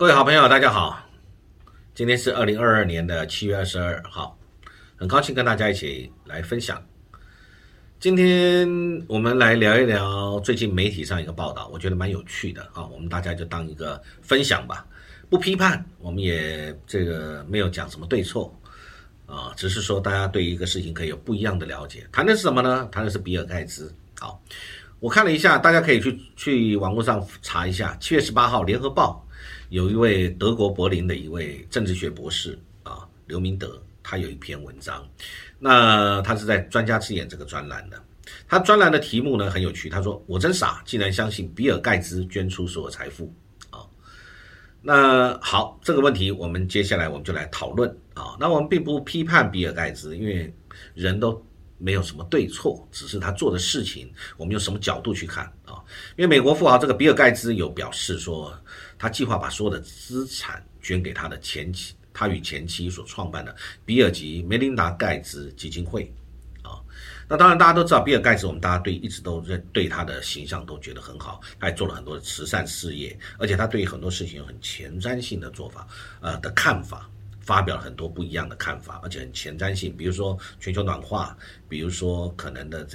各位好朋友，大家好，今天是2022年的7月22号，很高兴跟大家一起来分享。今天我们来聊一聊最近媒体上一个报道，我觉得蛮有趣的啊，我们大家就当一个分享吧，不批判，我们也没有讲什么对错啊，只是说大家对一个事情可以有不一样的了解。谈的是什么呢？谈的是比尔盖茨。好，我看了一下，大家可以去网络上查一下，7月18号联合报有一位德国柏林的一位政治学博士啊，刘明德，他有一篇文章，那他是在专家之眼这个专栏的，他专栏的题目呢很有趣，他说我真傻，竟然相信比尔盖茨捐出所有财富啊。那好，这个问题我们接下来我们就来讨论啊。那我们并不批判比尔盖茨，因为人都没有什么对错，只是他做的事情我们用什么角度去看啊。因为美国富豪这个比尔盖茨有表示说，他计划把所有的资产捐给他的前妻，他与前妻所创办的比尔及梅琳达盖茨基金会啊。那当然大家都知道比尔盖茨，我们大家一直都对他的形象都觉得很好，他也做了很多慈善事业，而且他对于很多事情有很前瞻性的做法的看法，发表了很多不一样的看法，而且很前瞻性，比如说全球暖化，比如说可能的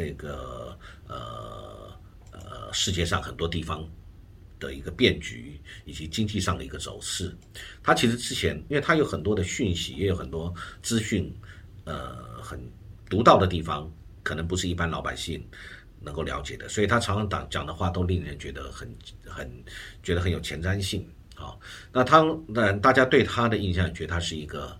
世界上很多地方的一个变局，以及经济上的一个走势。他其实之前因为他有很多的讯息，也有很多资讯很独到的地方，可能不是一般老百姓能够了解的，所以他常常讲的话都令人觉得很有前瞻性。好，那大家对他的印象觉得他是一个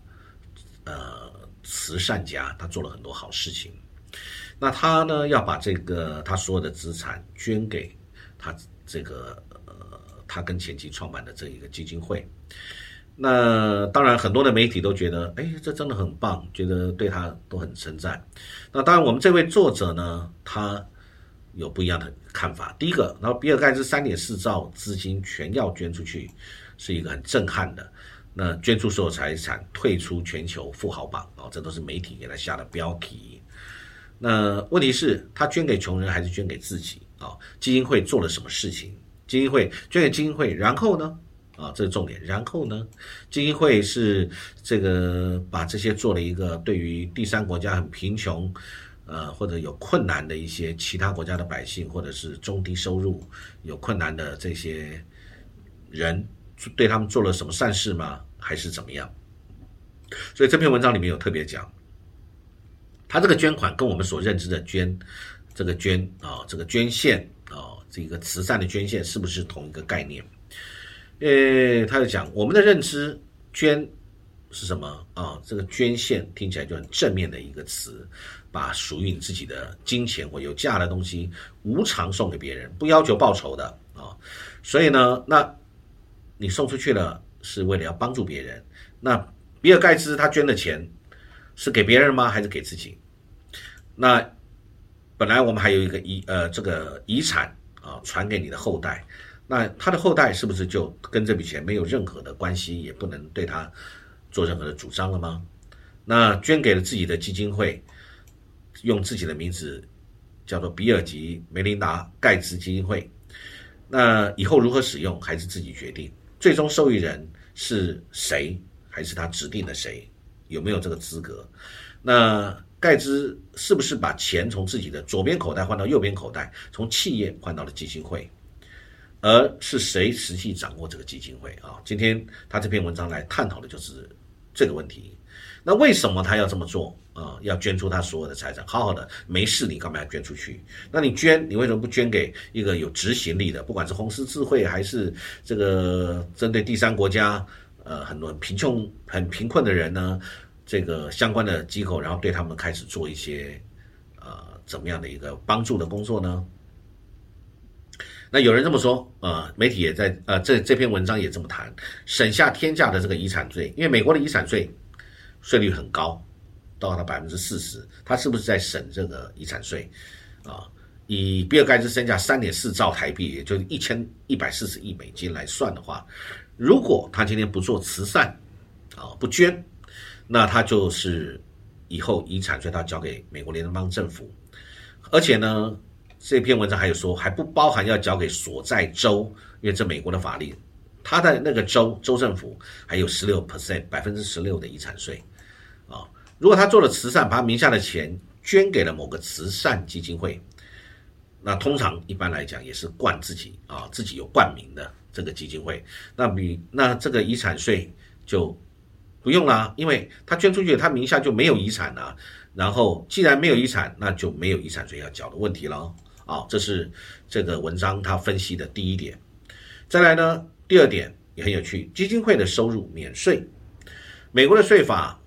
慈善家，他做了很多好事情。那他呢要把他所有的资产捐给他他跟前妻创办的这一个基金会。那当然很多的媒体都觉得这真的很棒，觉得对他都很称赞。那当然我们这位作者呢，他有不一样的看法。第一个，然后比尔盖茨3.4兆资金全要捐出去，是一个很震撼的。那捐出所有财产，退出全球富豪榜，这都是媒体给他下的标题。那问题是，他捐给穷人还是捐给自己啊？基金会做了什么事情？基金会捐给基金会，然后呢？这是重点。然后呢？基金会是把这些做了一个对于第三国家很贫穷或者有困难的一些其他国家的百姓，或者是中低收入有困难的这些人，对他们做了什么善事吗？还是怎么样？所以这篇文章里面有特别讲，他这个捐款跟我们所认知的捐献这个慈善的捐献是不是同一个概念？他就讲我们的认知，捐是什么啊？这个捐献听起来就很正面的一个词，把属于你自己的金钱或有价的东西无偿送给别人，不要求报酬的啊。所以呢，那你送出去了是为了要帮助别人。那比尔盖茨他捐的钱是给别人吗？还是给自己？那本来我们还有一个遗产传给你的后代，那他的后代是不是就跟这笔钱没有任何的关系，也不能对他做任何的主张了吗？那捐给了自己的基金会，用自己的名字叫做比尔及梅琳达盖茨基金会，那以后如何使用还是自己决定，最终受益人是谁，还是他指定的谁，有没有这个资格？那盖茨是不是把钱从自己的左边口袋换到右边口袋，从企业换到了基金会？而是谁实际掌握这个基金会啊？今天他这篇文章来探讨的就是这个问题。那为什么他要这么做啊？要捐出他所有的财产，好好的没事，你干嘛要捐出去？那你为什么不捐给一个有执行力的，不管是红十字会还是针对第三国家很多很贫困的人呢，相关的机构，然后对他们开始做一些怎么样的一个帮助的工作呢？那有人这么说，媒体也在这篇文章也这么谈，省下天价的这个遗产税，因为美国的遗产税率很高，到达40%，他是不是在省这个遗产税啊？以比尔盖茨身价3.4兆台币，也就是1140亿美金来算的话，如果他今天不做慈善不捐，那他就是以后遗产税他交给美国联邦政府，而且呢，这篇文章还有说还不包含要交给所在州，因为这美国的法律他的那个州政府还有16%，16%的遗产税啊。如果他做了慈善，把他名下的钱捐给了某个慈善基金会，那通常一般来讲也是冠自己啊，自己有冠名的这个基金会，那这个遗产税就不用啦，因为他捐出去，他名下就没有遗产啦。然后既然没有遗产，那就没有遗产税要缴的问题了啊。这是这个文章他分析的第一点。再来呢，第二点也很有趣，基金会的收入免税。美国的税法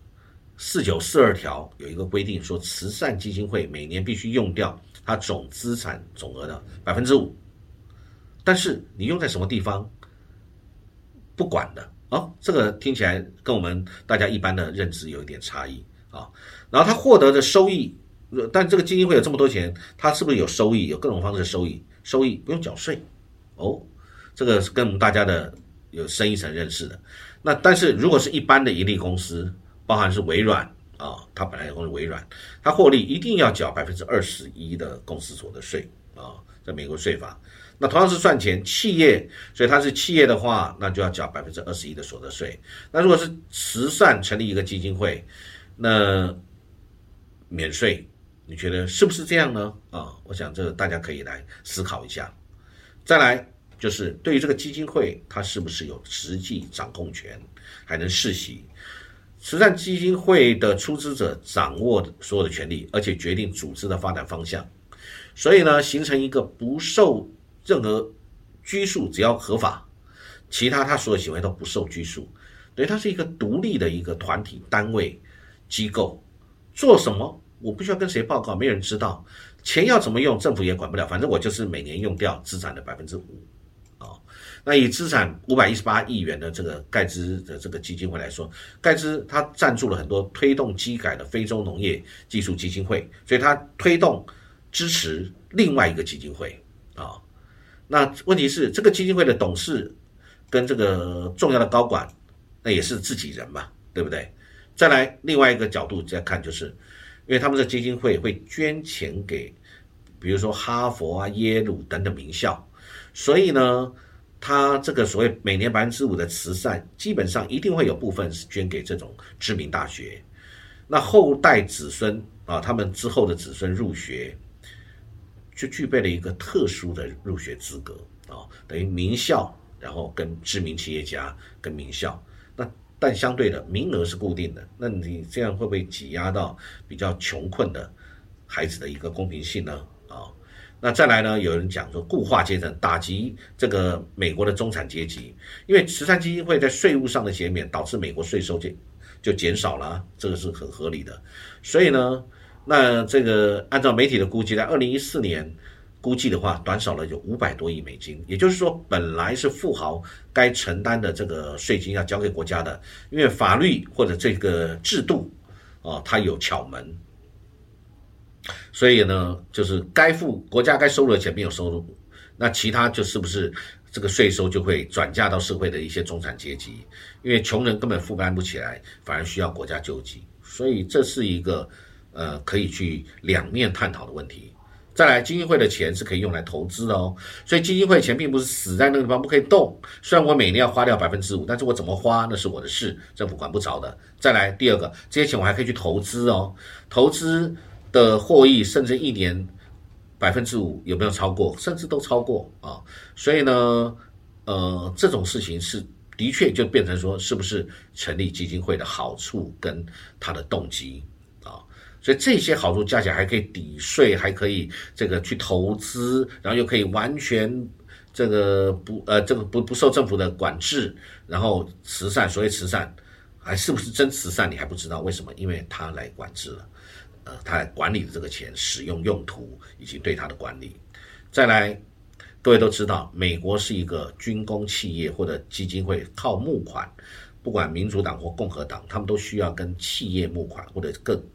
4942条有一个规定说，慈善基金会每年必须用掉它总资产总额的5%，但是你用在什么地方不管的哦，这个听起来跟我们大家一般的认知有一点差异啊。然后他获得的收益，但这个基金会有这么多钱，他是不是有收益？有各种方式的收益，收益不用缴税哦。这个是跟我们大家的有深一层认识的。那但是如果是一般的盈利公司，包含是微软啊，它本来有公司微软，它获利一定要缴21%的公司所得税啊，在美国税法。那同样是赚钱，企业，所以它是企业的话，那就要缴21%的所得税。那如果是慈善成立一个基金会，那免税，你觉得是不是这样呢？啊，我想这个大家可以来思考一下。再来就是对于这个基金会，它是不是有实际掌控权，还能世袭？慈善基金会的出资者掌握所有的权利，而且决定组织的发展方向，所以呢，形成一个不受任何拘束，只要合法，其他他所有行为都不受拘束。等于它是一个独立的一个团体、单位、机构，做什么我不需要跟谁报告，没人知道。钱要怎么用，政府也管不了，反正我就是每年用掉资产的5%。那以资产518亿元的这个盖茨的这个基金会来说，盖茨他赞助了很多推动基改的非洲农业技术基金会，所以他推动支持另外一个基金会啊。那问题是这个基金会的董事跟这个重要的高管，那也是自己人嘛，对不对？再来另外一个角度再看，就是因为他们的基金会会捐钱给比如说哈佛啊、耶鲁等等名校，所以呢他这个所谓每年5%的慈善，基本上一定会有部分是捐给这种知名大学。那后代子孙啊，他们之后的子孙入学，就具备了一个特殊的入学资格啊，等于名校，然后跟知名企业家跟名校。那但相对的名额是固定的，那你这样会不会挤压到比较穷困的孩子的一个公平性呢？啊？那再来呢？有人讲说固化阶层打击这个美国的中产阶级，因为慈善基金会在税务上的减免，导致美国税收就减少了，这个是很合理的。所以呢，那这个按照媒体的估计，在2014年估计的话，短少了有500多亿美金，也就是说，本来是富豪该承担的这个税金要交给国家的，因为法律或者这个制度它有巧门。所以呢，就是国家该收入的钱没有收入，那其他就是不是这个税收就会转嫁到社会的一些中产阶级，因为穷人根本负担不起来，反而需要国家救济，所以这是一个可以去两面探讨的问题。再来，基金会的钱是可以用来投资的哦，所以基金会的钱并不是死在那个地方不可以动。虽然我每年要花掉5%，但是我怎么花那是我的事，政府管不着的。再来，第二个，这些钱我还可以去投资哦，投资的获益甚至一年5%有没有超过，甚至都超过啊。所以呢，这种事情是的确就变成说，是不是成立基金会的好处跟它的动机啊？所以这些好处加起来还可以抵税，还可以这个去投资，然后又可以完全这个不受政府的管制，然后慈善，所谓慈善还是不是真慈善你还不知道，为什么？因为他来管制了。他来管理的这个钱使用用途以及对他的管理。再来，各位都知道，美国是一个军工企业或者基金会靠募款，不管民主党或共和党，他们都需要跟企业募款或者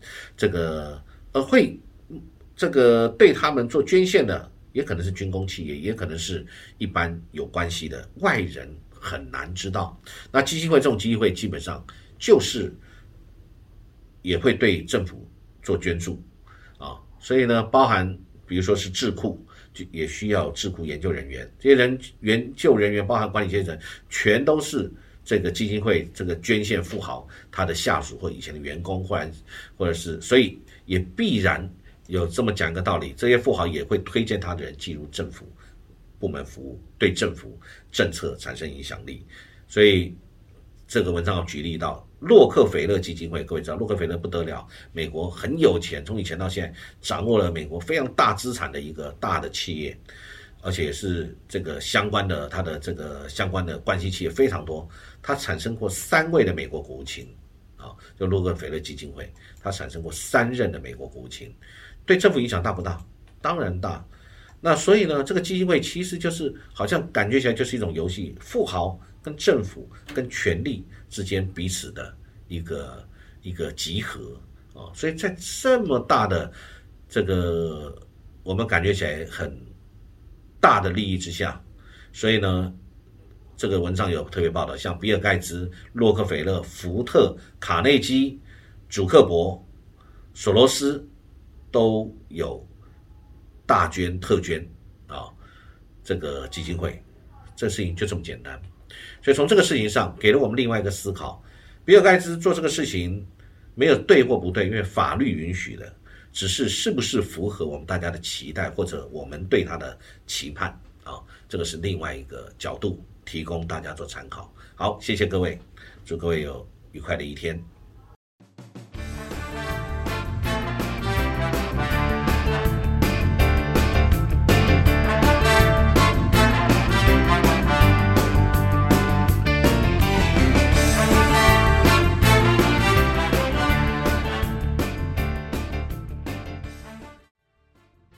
会这个对他们做捐献的，也可能是军工企业，也可能是一般有关系的外人，很难知道。那基金会这种基金会基本上就是也会对政府做捐助啊，所以呢，包含比如说是智库， 也需要智库研究人员，这些研究人员包含管理阶层，全都是这个基金会这个捐献富豪他的下属或以前的员工，或者是，所以也必然有这么讲一个道理，这些富豪也会推荐他的人进入政府部门服务，对政府政策产生影响力。所以这个文章要举例到洛克菲勒基金会，各位知道洛克菲勒不得了，美国很有钱，从以前到现在掌握了美国非常大资产的一个大的企业，而且也是这个相关的，它的这个相关的关系企业非常多。它产生过3位的美国国务卿啊，就洛克菲勒基金会，它产生过3任的美国国务卿，对政府影响大不大？当然大。那所以呢，这个基金会其实就是好像感觉起来就是一种游戏，富豪跟政府跟权力之间彼此的一个集合啊，所以在这么大的这个我们感觉起来很大的利益之下，所以呢，这个文章有特别报道，像比尔盖茨、洛克菲勒、福特、卡内基、祖克伯、索罗斯都有大捐特捐啊，这个基金会，这事情就这么简单。所以从这个事情上给了我们另外一个思考，比尔盖茨做这个事情没有对或不对，因为法律允许的，只是是不是符合我们大家的期待或者我们对他的期盼啊，这个是另外一个角度提供大家做参考。好，谢谢各位，祝各位有愉快的一天。